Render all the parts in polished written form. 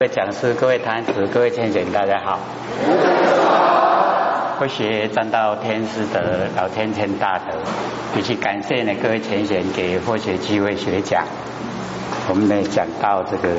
各位讲师、各位坛子、各位千贤，大家好。佛学占到天师德，老天谦大德，以及感谢呢各位千贤给佛学机会学讲。我们呢讲到这个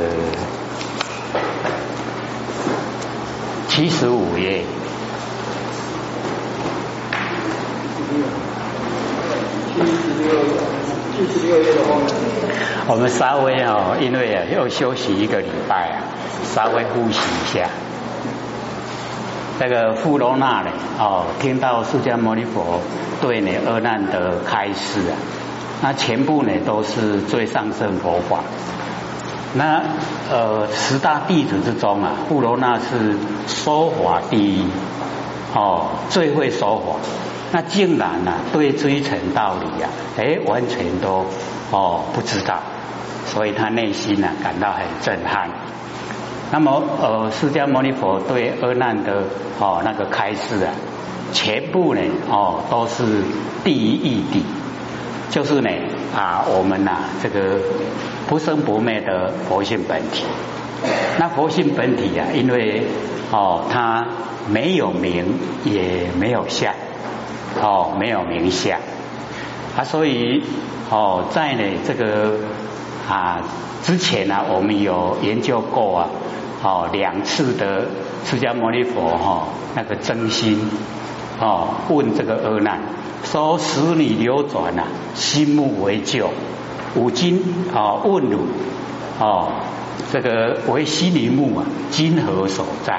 75页。76页的后面，我们稍微因为又休息一个礼拜稍微复习一下。这个富罗那呢听到释迦牟尼佛对呢阿难的开示那全部呢都是最上乘佛法。那10大弟子之中富罗那是说法第一最会说法。那竟然对这一层道理完全都不知道，所以他内心感到很震撼。那么释迦牟尼佛对阿难的那个开示全部呢都是第一义谛，就是呢我们这个不生不灭的佛性本体。那佛性本体因为它没有名也没有相。没有名相所以在呢这个之前我们有研究过2次的释迦牟尼佛那个真心问这个阿难说：使你流转心目为旧，吾今问汝这个为心离目今何所在？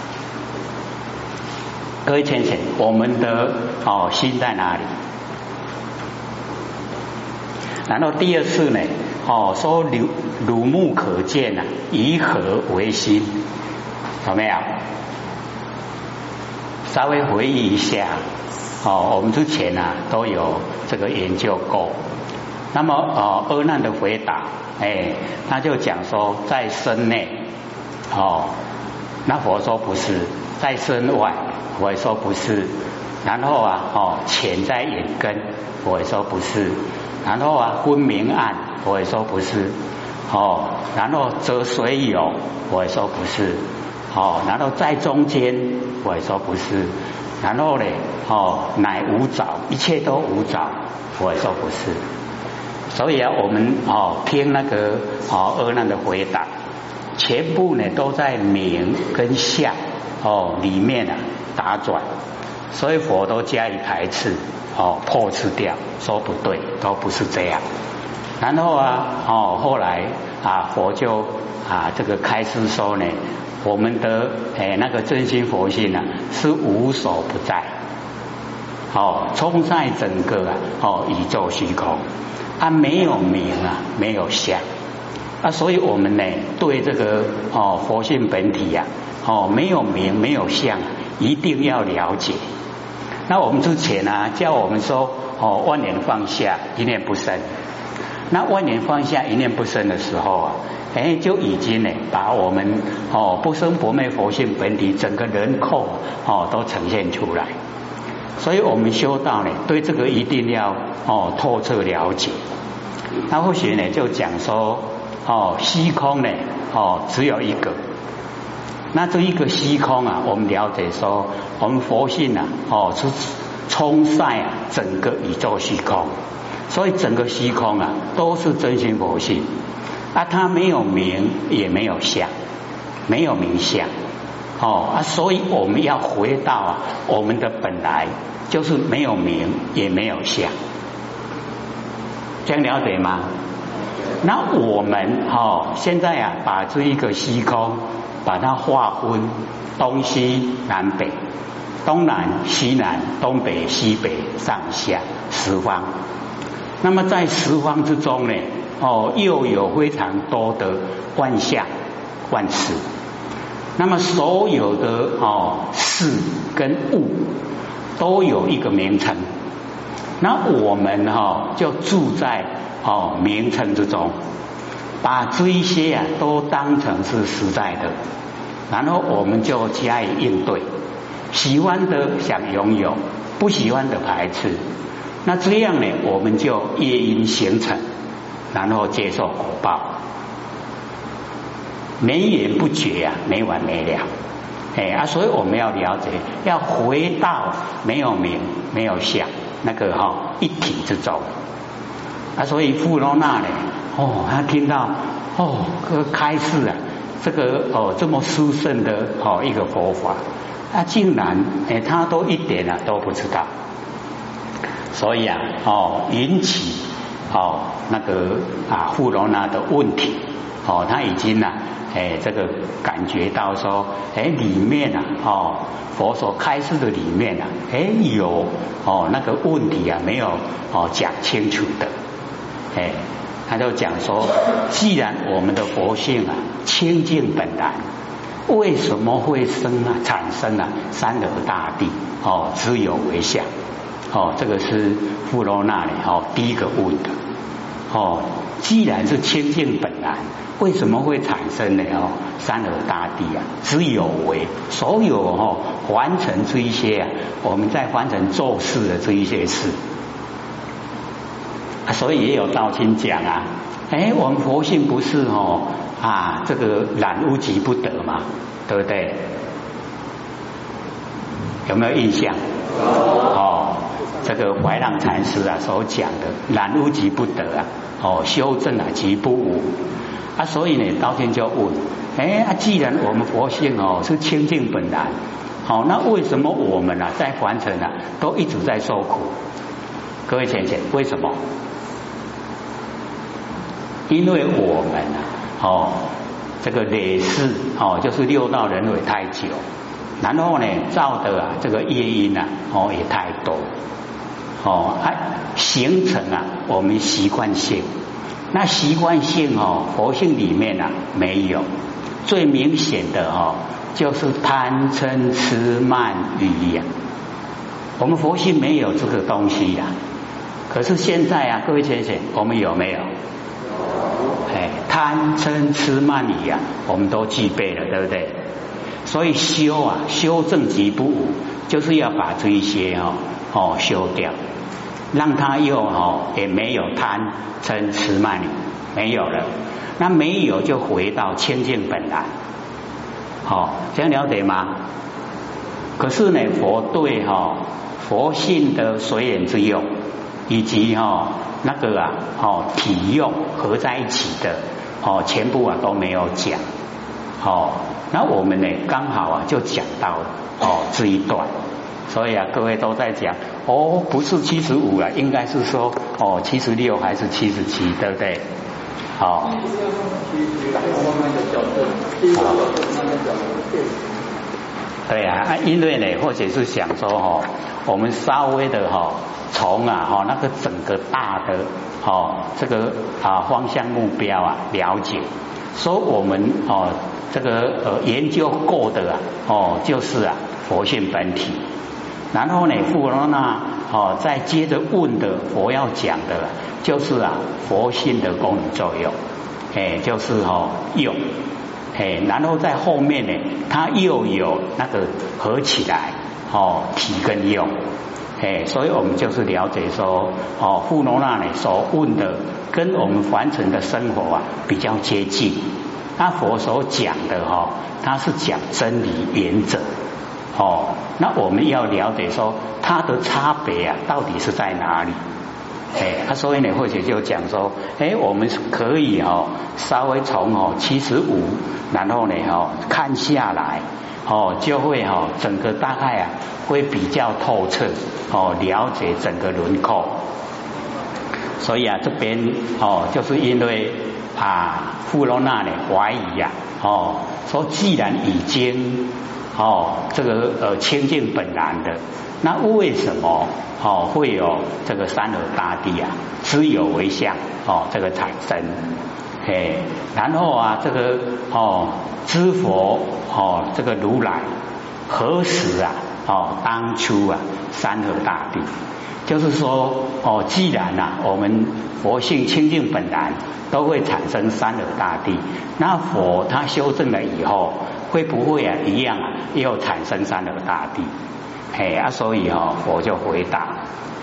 各位千贤，我们的心在哪里？然后第2次呢说汝目可见以何为心？有没有？稍微回忆一下我们之前都有这个研究过。那么阿难的回答他就讲说在身内那佛说不是，在身外我也说不是，然后潜在眼根我也说不是，然后昏明暗我也说不是然后则水有我也说不是然后在中间我也说不是，然后呢乃无着，一切都无着我也说不是。所以我们听那个阿难的回答，全部呢都在名跟相里面打转，所以佛都加以排斥破斥掉，说不对，都不是这样。然后后来佛就这个开示说呢，我们的那个真心佛性是无所不在充在整个宇宙虚空没有名没有相所以我们呢对这个佛性本体没有名没有相一定要了解。那我们之前叫我们说万念放下一念不生。那万念放下一念不生的时候就已经呢把我们不生不灭佛性本体整个人口都呈现出来。所以我们修道呢对这个一定要透彻了解。那或许呢就讲说虚空呢只有一个。那这一个虚空我们了解说我们佛性是充塞整个宇宙虚空，所以整个虚空都是真心佛性它没有名也没有相，没有名相所以我们要回到我们的本来，就是没有名也没有相。这样了解吗？那我们现在把这一个虚空把它划分东西南北，东南西南东北西北上下十方。那么在十方之中呢又有非常多的万象万事。那么所有的事跟物都有一个名称，那我们就住在名称之中，把这一些都当成是实在的，然后我们就加以应对，喜欢的想拥有，不喜欢的排斥。那这样呢我们就业因形成，然后接受果报。 绵延不绝啊，没完没了。所以我们要了解，要回到没有名没有相那个一体之中所以富罗那呢他听到开示啊，这个这么殊胜的一个佛法竟然他都一点都不知道，所以引起那个富罗那的问题他已经这个感觉到说里面佛所开示的里面有那个问题没有讲清楚的他就讲说，既然我们的佛性清净本然，为什么会产生三河大地只有为相这个是富罗那第一个问的既然是清净本然，为什么会产生呢三河大地只有为所有完成这一些我们在完成做事的这一些事所以也有道亲讲我们佛性不是这个染污即不得嘛，对不对？有没有印象？这个怀让禅师所讲的染污即不得修正即不污所以呢道天就问既然我们佛性是清净本然那为什么我们在凡尘都一直在受苦？各位浅浅，为什么？因为我们这个累世就是六道轮回太久，然后呢造的这个业因也太多形成我们习惯性。那习惯性佛性里面没有，最明显的就是贪嗔痴慢疑我们佛性没有这个东西可是现在各位浅浅，我们有没有？贪嗔痴慢疑我们都具备了，对不对？所以修正即不污，就是要把这一些修掉，让它又也没有贪嗔痴慢疑，没有了。那没有就回到清净本来这样了解吗？可是呢佛对佛性的随缘之用以及那个体用合在一起的全部都没有讲那我们呢刚好就讲到这一段，所以各位都在讲不是75了，应该是说76还是77，对不对？对因为呢或者是想说我们稍微的从那个整个大的这个方向目标了解，说我们这个研究过的就是佛性本体，然后呢富罗那再接着问的佛要讲的就是佛性的功能作用就是用然后在后面呢它又有那个合起来体跟用所以我们就是了解说富罗那呢所问的跟我们凡尘的生活比较接近，那佛所讲的它是讲真理原则那我们要了解说它的差别到底是在哪里所以呢或者就讲说我们可以稍微从75然后呢看下来就会整个大概会比较透彻了解整个轮廓。所以这边就是因为富罗那呢怀疑说既然已经这个清净本然的，那为什么会有这个三河大地只有为相这个产生然后这个知佛这个如来何时当初三河大地，就是说既然我们佛性清净本然都会产生三河大地，那佛他修正了以后会不会一样又产生三河大地所以佛就回答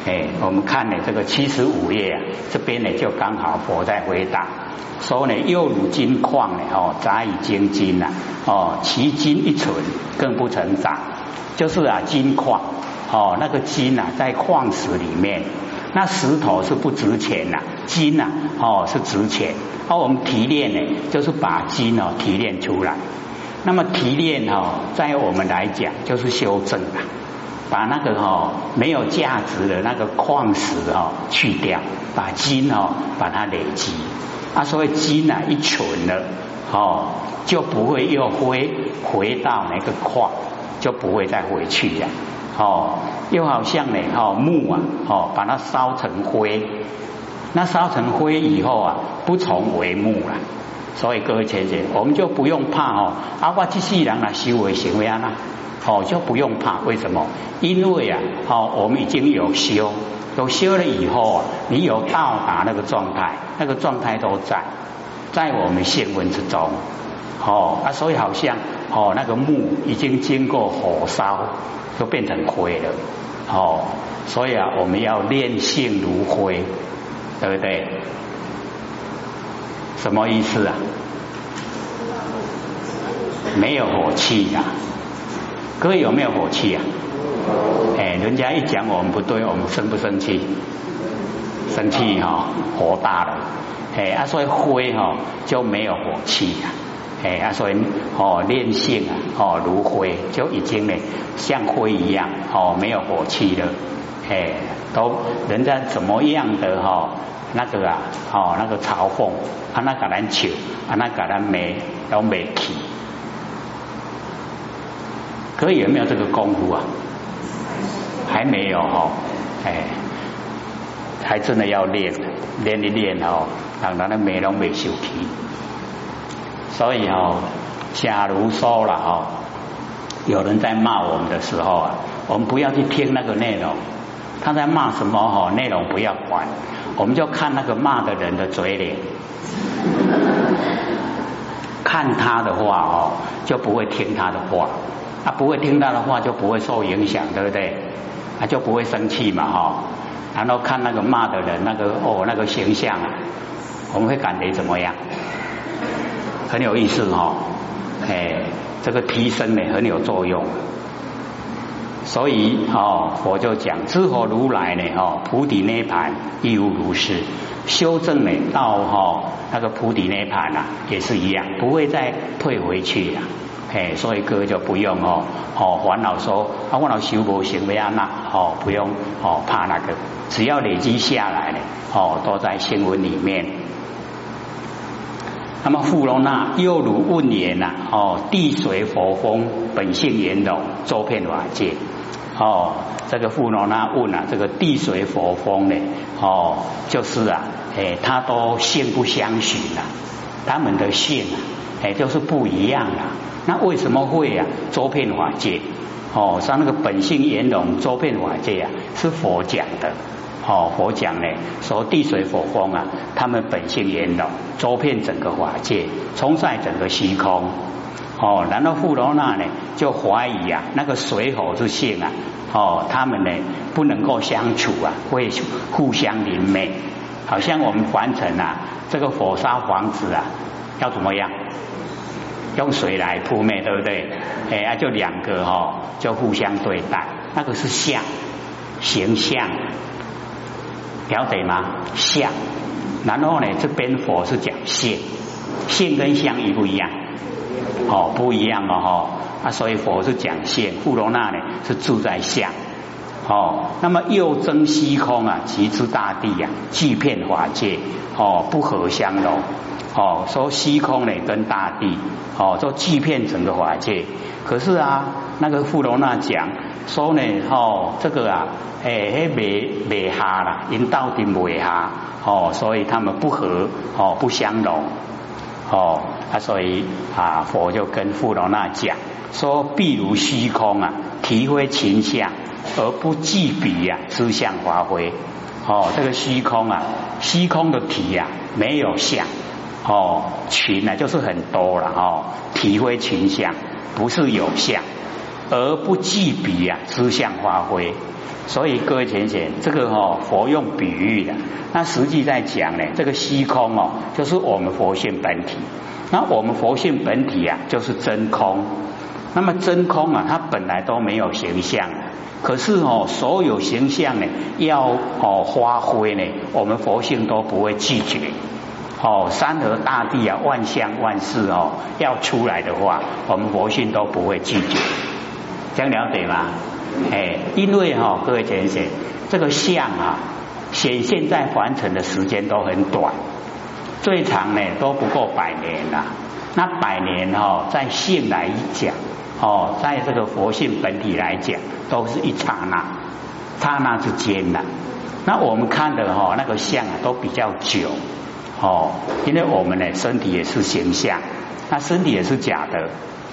我们看呢这个75页啊，这边呢就刚好佛在回答说呢，又如金矿呢杂以精金呐其金一存更不成长，就是啊金矿那个金啊在矿石里面，那石头是不值钱呐，金啊是值钱。我们提炼呢就是把金提炼出来，那么提炼在我们来讲就是修正啊，把那个没有价值的那个矿石去掉，把金把它累积所以金啊一存了就不会又回到那个矿，就不会再回去了又好像呢木啊把它烧成灰，那烧成灰以后啊不从为木了，所以各位姐姐，我们就不用怕我这世人修为行为啊就不用怕。为什么？因为啊我们已经有修了以后啊，你有到达那个状态，那个状态都在我们性温之中所以好像那个木已经经过火烧就变成灰了所以啊我们要炼性如灰，对不对？什么意思啊？没有火气啊。各位有没有火气啊？人家一讲我们不对，我们生不生气？生气火大了所以灰就没有火气所以炼性如灰，就已经呢像灰一样没有火气了都人家怎么样的那个那个嘲讽那给咱笑那给咱骂都没气。可以有没有这个功夫啊？还没有还真的要练一练让咱的骂都没受气。所以假如说了有人在骂我们的时候啊，我们不要去听那个内容，他在骂什么内容不要管，我们就看那个骂的人的嘴脸，看他的话就不会听他的话不会听他的话就不会受影响，对不对？就不会生气嘛然后看那个骂的人那个形象我们会感觉怎么样？很有意思这个提升呢很有作用。所以佛就讲知佛如来呢菩提涅槃亦复如是，修正呢到那个菩提涅槃也是一样，不会再退回去所以各位就不用烦恼说我老修不行为不用怕那个，只要累积下来呢都在心文里面。那么富罗那又如问言地水火风本性圆融，周遍法界这个富罗那问这个地水火风呢就是它都性不相许他们的性就是不一样那为什么会周遍法界像那个本性圆融周遍法界是佛讲的佛讲呢说地水火风他们本性圆融，周遍整个法界，充塞整个虚空然后富罗那呢就怀疑那个水火之性他们呢不能够相处会互相凌昧，好像我们凡尘这个火烧房子要怎么样？用水来扑灭，对不对？就两个就互相对待，那个是相形象，了解吗？相。然后呢这边佛是讲性，性跟相一不一样？不一样所以佛是讲性，富罗那呢是住在相那么又争虚空极之大地俱遍法界不合相容说虚空呢跟大地都俱遍整个法界。可是那个富罗那讲说呢这个没合啦，因到底没合所以他们不合不相容所以佛就跟富罗那讲说，譬如虚空体会情相而不具彼知相发挥这个虚空虚空的体没有相群就是很多了体会群相不是有相而不具彼啊知相发挥。所以各位浅显，这个佛用比喻的，那实际在讲呢，这个虚空就是我们佛性本体。那我们佛性本体啊，就是真空。那么真空啊，它本来都没有形象，可是所有形象呢，要发挥呢，我们佛性都不会拒绝。山河大地啊，万象万事要出来的话，我们佛性都不会拒绝。这样了解吗？因为各位浅显，这个相啊，显现在凡尘的时间都很短，最长呢都不过100年啦。那100年在性来讲，在这个佛性本体来讲，都是一刹那，刹那之间啦。那我们看的那个相啊，都比较久因为我们呢身体也是形象，那身体也是假的。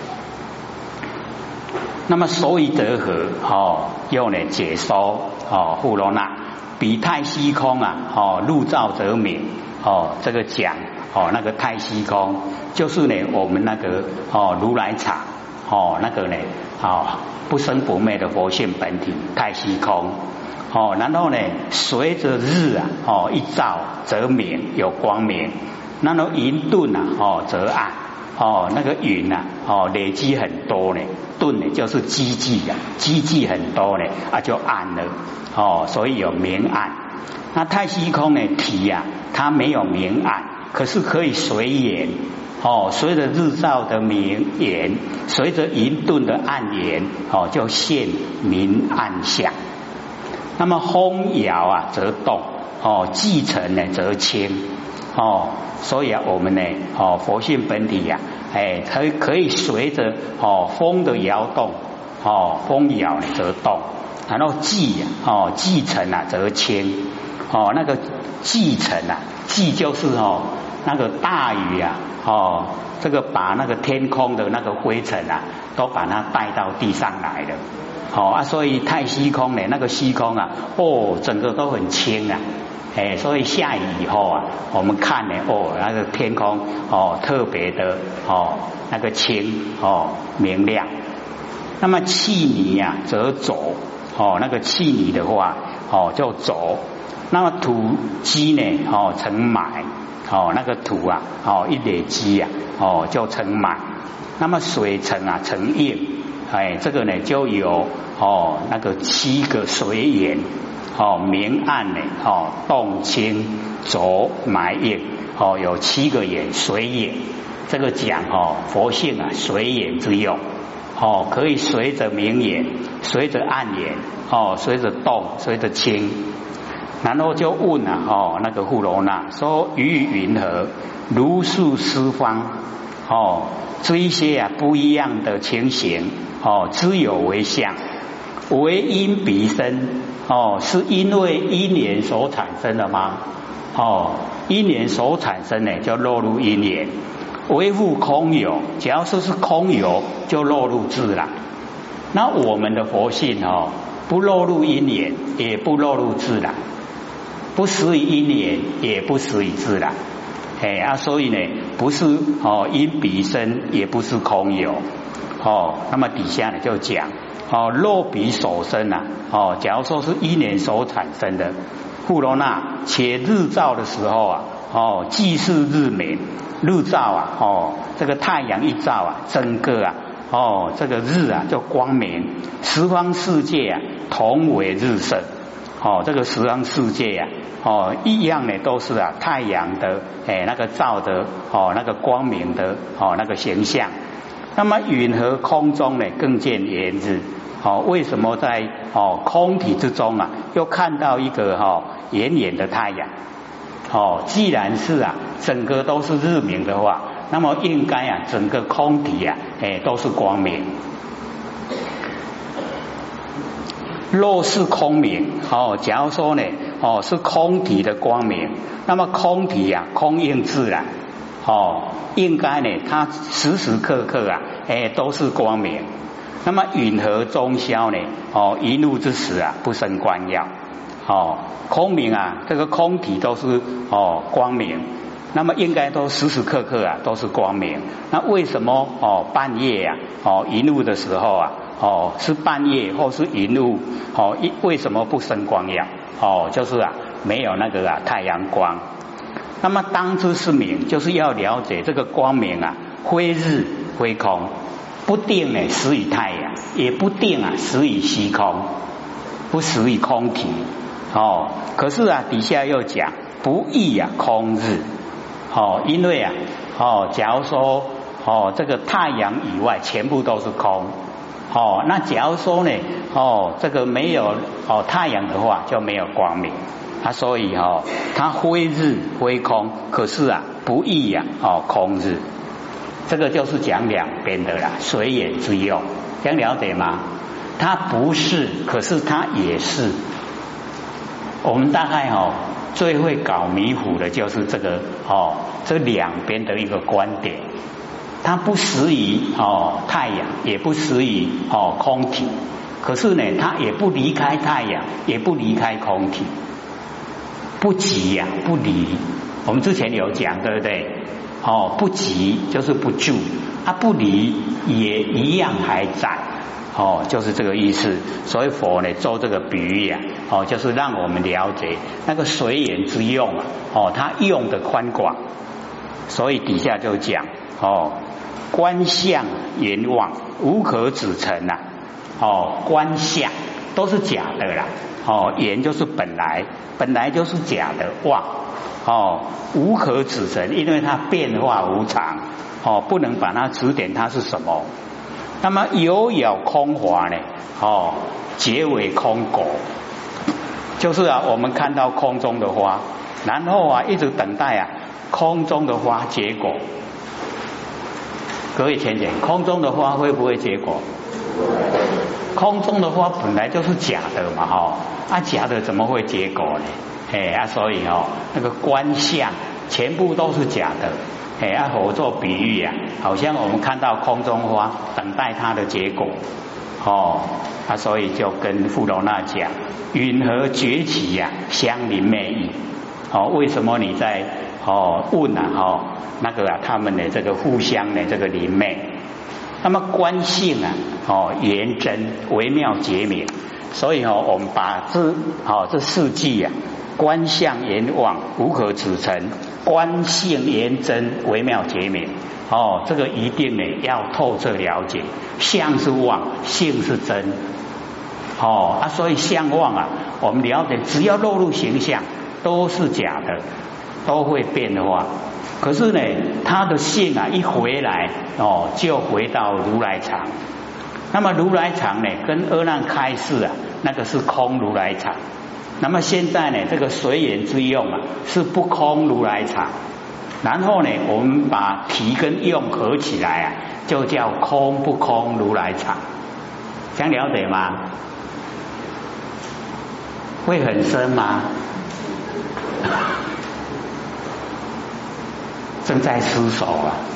那么所以得何又呢解说富罗那比太虚空啊入照则明这个讲那个太虚空就是呢我们那个如来藏那个呢不生不灭的佛性本体太虚空然后呢随着日一照则明有光明，然后云顿则暗那个云累积很多呢，顿呢就是积聚积聚很多呢就暗了所以有明暗。那太虚空呢体它没有明暗，可是可以随缘随着日照的明缘，随着云顿的暗缘就现明暗相。那么风摇则动继承呢则清所以我们呢佛性本体可以随着风的摇动风摇则动，然后继承则清那个继承继就是那个大雨这个把那个天空的那个灰尘都把它带到地上来了所以太虚空呢，那个虚空整个都很清所以下雨以后我们看呢那个天空特别的那个清明亮。那么气泥则走那个气泥的话就走。那么土积呢成埋那个土一累积就成埋。那么水成成液这个呢就有那个7个随缘明暗呢动清浊埋液有7个缘随缘。这个讲佛性随缘之用可以随着明缘，随着暗缘随着动，随着清。然后就问那个富罗那说于云何如是十方这一些不一样的情形知有为相，为因彼生是因为因缘所产生的吗？因缘所产生呢就落入因缘。为复空有，只要是空有就落入自然。那我们的佛性不落入因缘，也不落入自然，不实于因缘，也不实于自然所以呢不是因彼生，也不是空有那么底下呢就讲若彼所生假如说是因缘所产生的，富罗那且日照的时候既是日明，日照这个太阳一照整个这个日就光明，十方世界同为日色这个十方世界一样呢都是太阳的那个照的那个光明的那个形象。那么云和空中呢更见炎日为什么在空体之中又看到一个炎炎的太阳既然是整个都是日明的话，那么应该整个空体都是光明。若是空明假如说呢是空体的光明，那么空体空应自然应该呢它时时刻刻都是光明。那么云何终宵呢一怒之时不生观耀空明这个空体都是光明，那么应该都时时刻刻都是光明。那为什么半夜一怒的时候是半夜或是云雾为什么不生光耀？就是没有那个太阳光。那么当知是明，就是要了解这个光明非日非空，不定始于太阳，也不定始于虚空，不始于空体。可是底下又讲不异空日。因为假如说这个太阳以外全部都是空。那假如说呢这个没有太阳的话就没有光明。所以它非日非空，可是不异空日。这个就是讲两边的啦，随缘之用，这样了解吗？它不是，可是它也是。我们大概最会搞迷糊的就是这个这两边的一个观点。它不始于太阳，也不始于空体，可是呢它也不离开太阳，也不离开空体，不即不离。我们之前有讲，对不对？不即就是不住，不离也一样还在。就是这个意思。所以佛呢做这个比喻就是让我们了解那个随缘之用它用的宽广。所以底下就讲观相言妄无可指成观相都是假的啦。言就是本来就是假的妄无可指成，因为它变化无常不能把它指点它是什么。那么有有空华呢结为空果，就是我们看到空中的花，然后一直等待空中的花结果。各位浅浅，空中的花会不会结果？空中的花本来就是假的嘛假的怎么会结果呢？所以那个观相全部都是假的。我做比喻好像我们看到空中花，等待它的结果。所以就跟富罗那讲，允和崛起相邻昧异。为什么你在问那个他们的这个互相的这个邻昧？那么观性言真微妙解明。所以我们把这四句观相言妄无可指成，观性言真微妙解明。这个一定呢要透彻了解。相是妄，性是真。所以相妄我们了解，只要落入形象都是假的，都会变化。可是呢它的性一回来就回到如来藏。那么如来藏呢跟阿难开示那个是空如来藏。那么现在呢这个随缘之用是不空如来藏。然后呢我们把体跟用合起来就叫空不空如来藏。这样了解吗？会很深吗？正在思索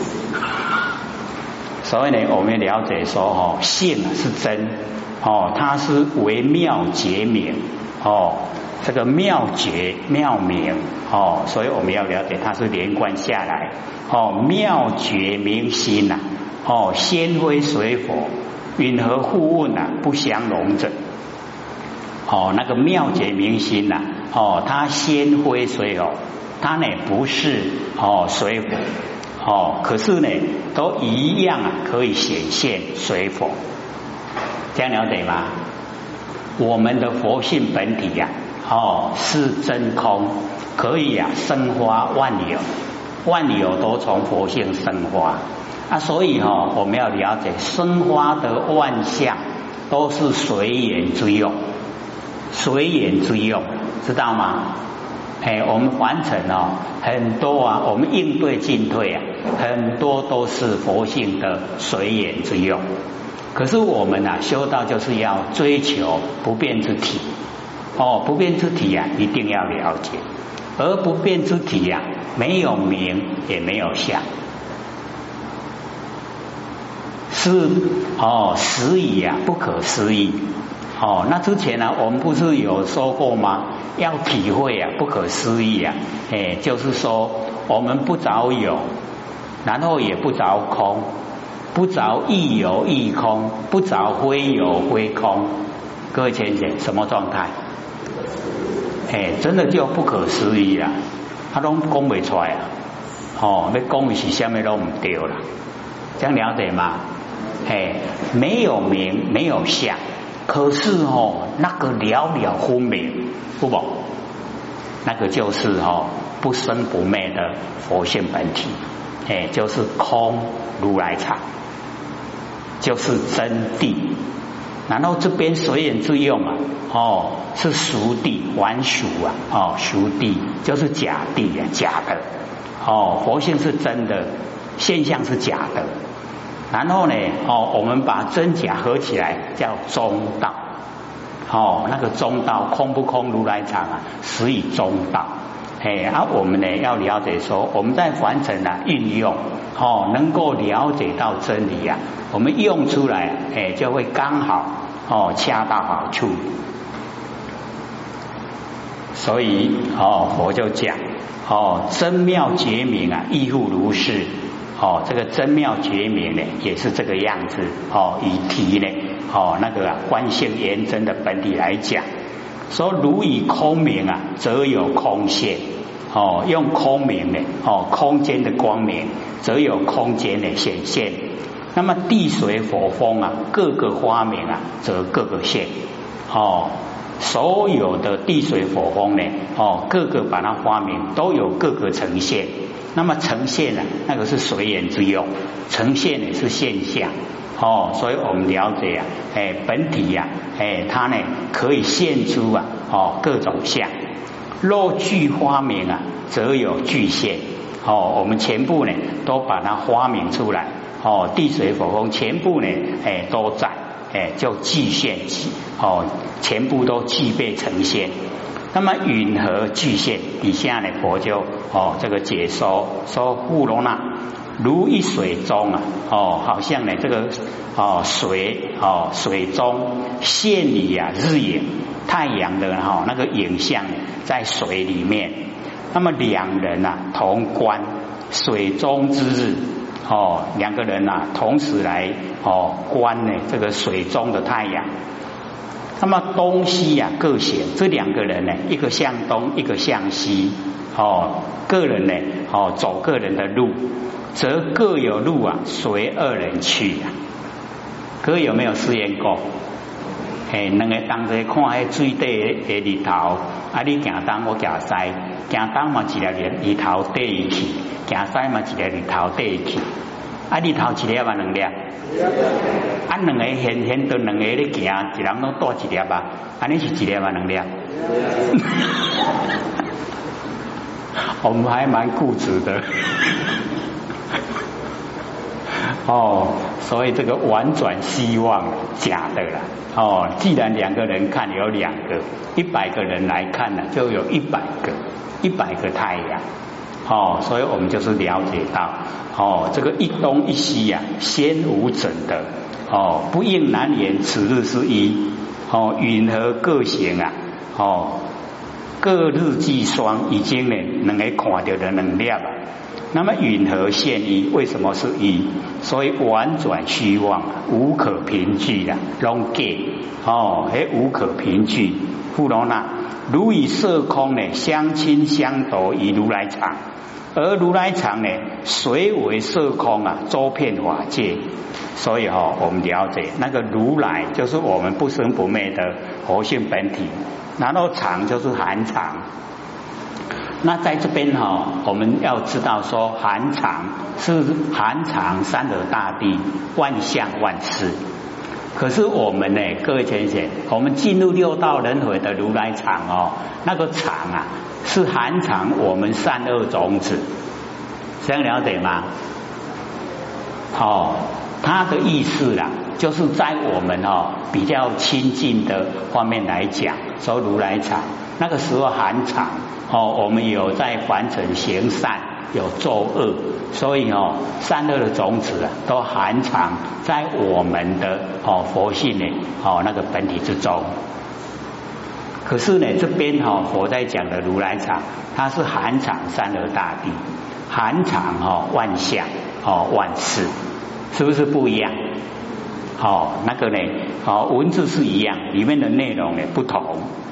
所以呢我们了解说性是真它是为妙觉明这个妙觉妙明所以我们要了解它是连贯下来妙觉明心先非随佛，允和互问不相容者。那个妙觉明心它先非随佛，它呢不是随佛可是呢都一样可以显现随佛。这样了解吗？我们的佛性本体是真空，可以生发万有，万有都从佛性生发所以我们要了解生发的万象都是随缘之用，随缘之用，知道吗？我们凡尘很多我们应对进退很多都是佛性的随缘之用。可是我们修道就是要追求不变之体不变之体一定要了解。而不变之体没有名也没有相，是实已不可思议。那之前我们不是有说过吗？要体会不可思议就是说我们不着有，然后也不着空不着亦有亦空，不着非有非空。各位浅浅，什么状态？真的就不可思议啦，他都讲不出来啊！要讲的是什么都唔对啦，这样了解吗？没有名，没有相，可是那个了了分明，不不，那个就是不生不灭的佛性本体，就是空如来藏，就是真谛。然后这边随缘之用是俗谛，还俗俗谛就是假谛假的佛性是真的，现象是假的。然后呢我们把真假合起来叫中道那个中道空不空如来藏实以中道。我们呢要了解说，我们在凡尘运用能够了解到真理我们用出来就会刚好恰到好处。所以佛就讲真妙觉明亦复如是。这个真妙觉明呢也是这个样子以题呢那个观性圆真的本体来讲，说如以空明则有空现用空明呢空间的光明，则有空间的显现。那么地水火风各个花明则各个现所有的地水火风呢各个把它发明，都有各个呈现。那么呈现那个是随缘之用，呈现呢是现象所以我们了解本体它呢可以现出各种相。若具发明则有具现我们全部呢都把它发明出来地水火风全部呢都在就具现全部都具备呈现。那么云何具现？底下呢佛就这个解说说富罗那如一水中好像呢这个水中现里日影，太阳的那个影像在水里面。那么两人同观水中之日两个人同时来观呢这个水中的太阳。那么东西各行，这两个人呢一个向东一个向西个人呢走个人的路，则各有路随二人去各位有没有试验过两个同齐看那水底的日头你行东我行西，行东嘛一个日头底去，行西嘛一个日头底去日头一粒两粒两个现都两个咧行，一人都多一粒你是一粒两粒我们还蛮固执的所以这个婉转希望假的啦既然两个人看有两个，100个人来看就有100个太阳所以我们就是了解到这个一东一西先无整的不应难言此日是一云何各行各日计双，已经呢两个看到的两粒那么云何现一？为什么是一？所以婉转虚妄无可凭据拢假无可凭据。富罗那如以色空呢相亲相夺以如来藏，而如来藏呢随为色空周遍法界。所以我们了解那个如来就是我们不生不灭的佛性本体，然后藏就是含藏。那在这边我们要知道说含藏是含藏三德大地，万象万事。可是我们呢各位浅显，我们进入六道轮回的如来藏那个藏是含藏我们善恶种子，这样了解吗？它的意思就是在我们比较亲近的方面来讲，说如来藏那个时候含藏我们有在凡尘行善，有作恶，所以善恶的种子都含藏在我们的佛性呢那个本体之中。可是呢这边佛在讲的如来藏，它是含藏三恶大地，含藏万象万事是不是不一样？那个呢，文字是一样，里面的内容呢不同。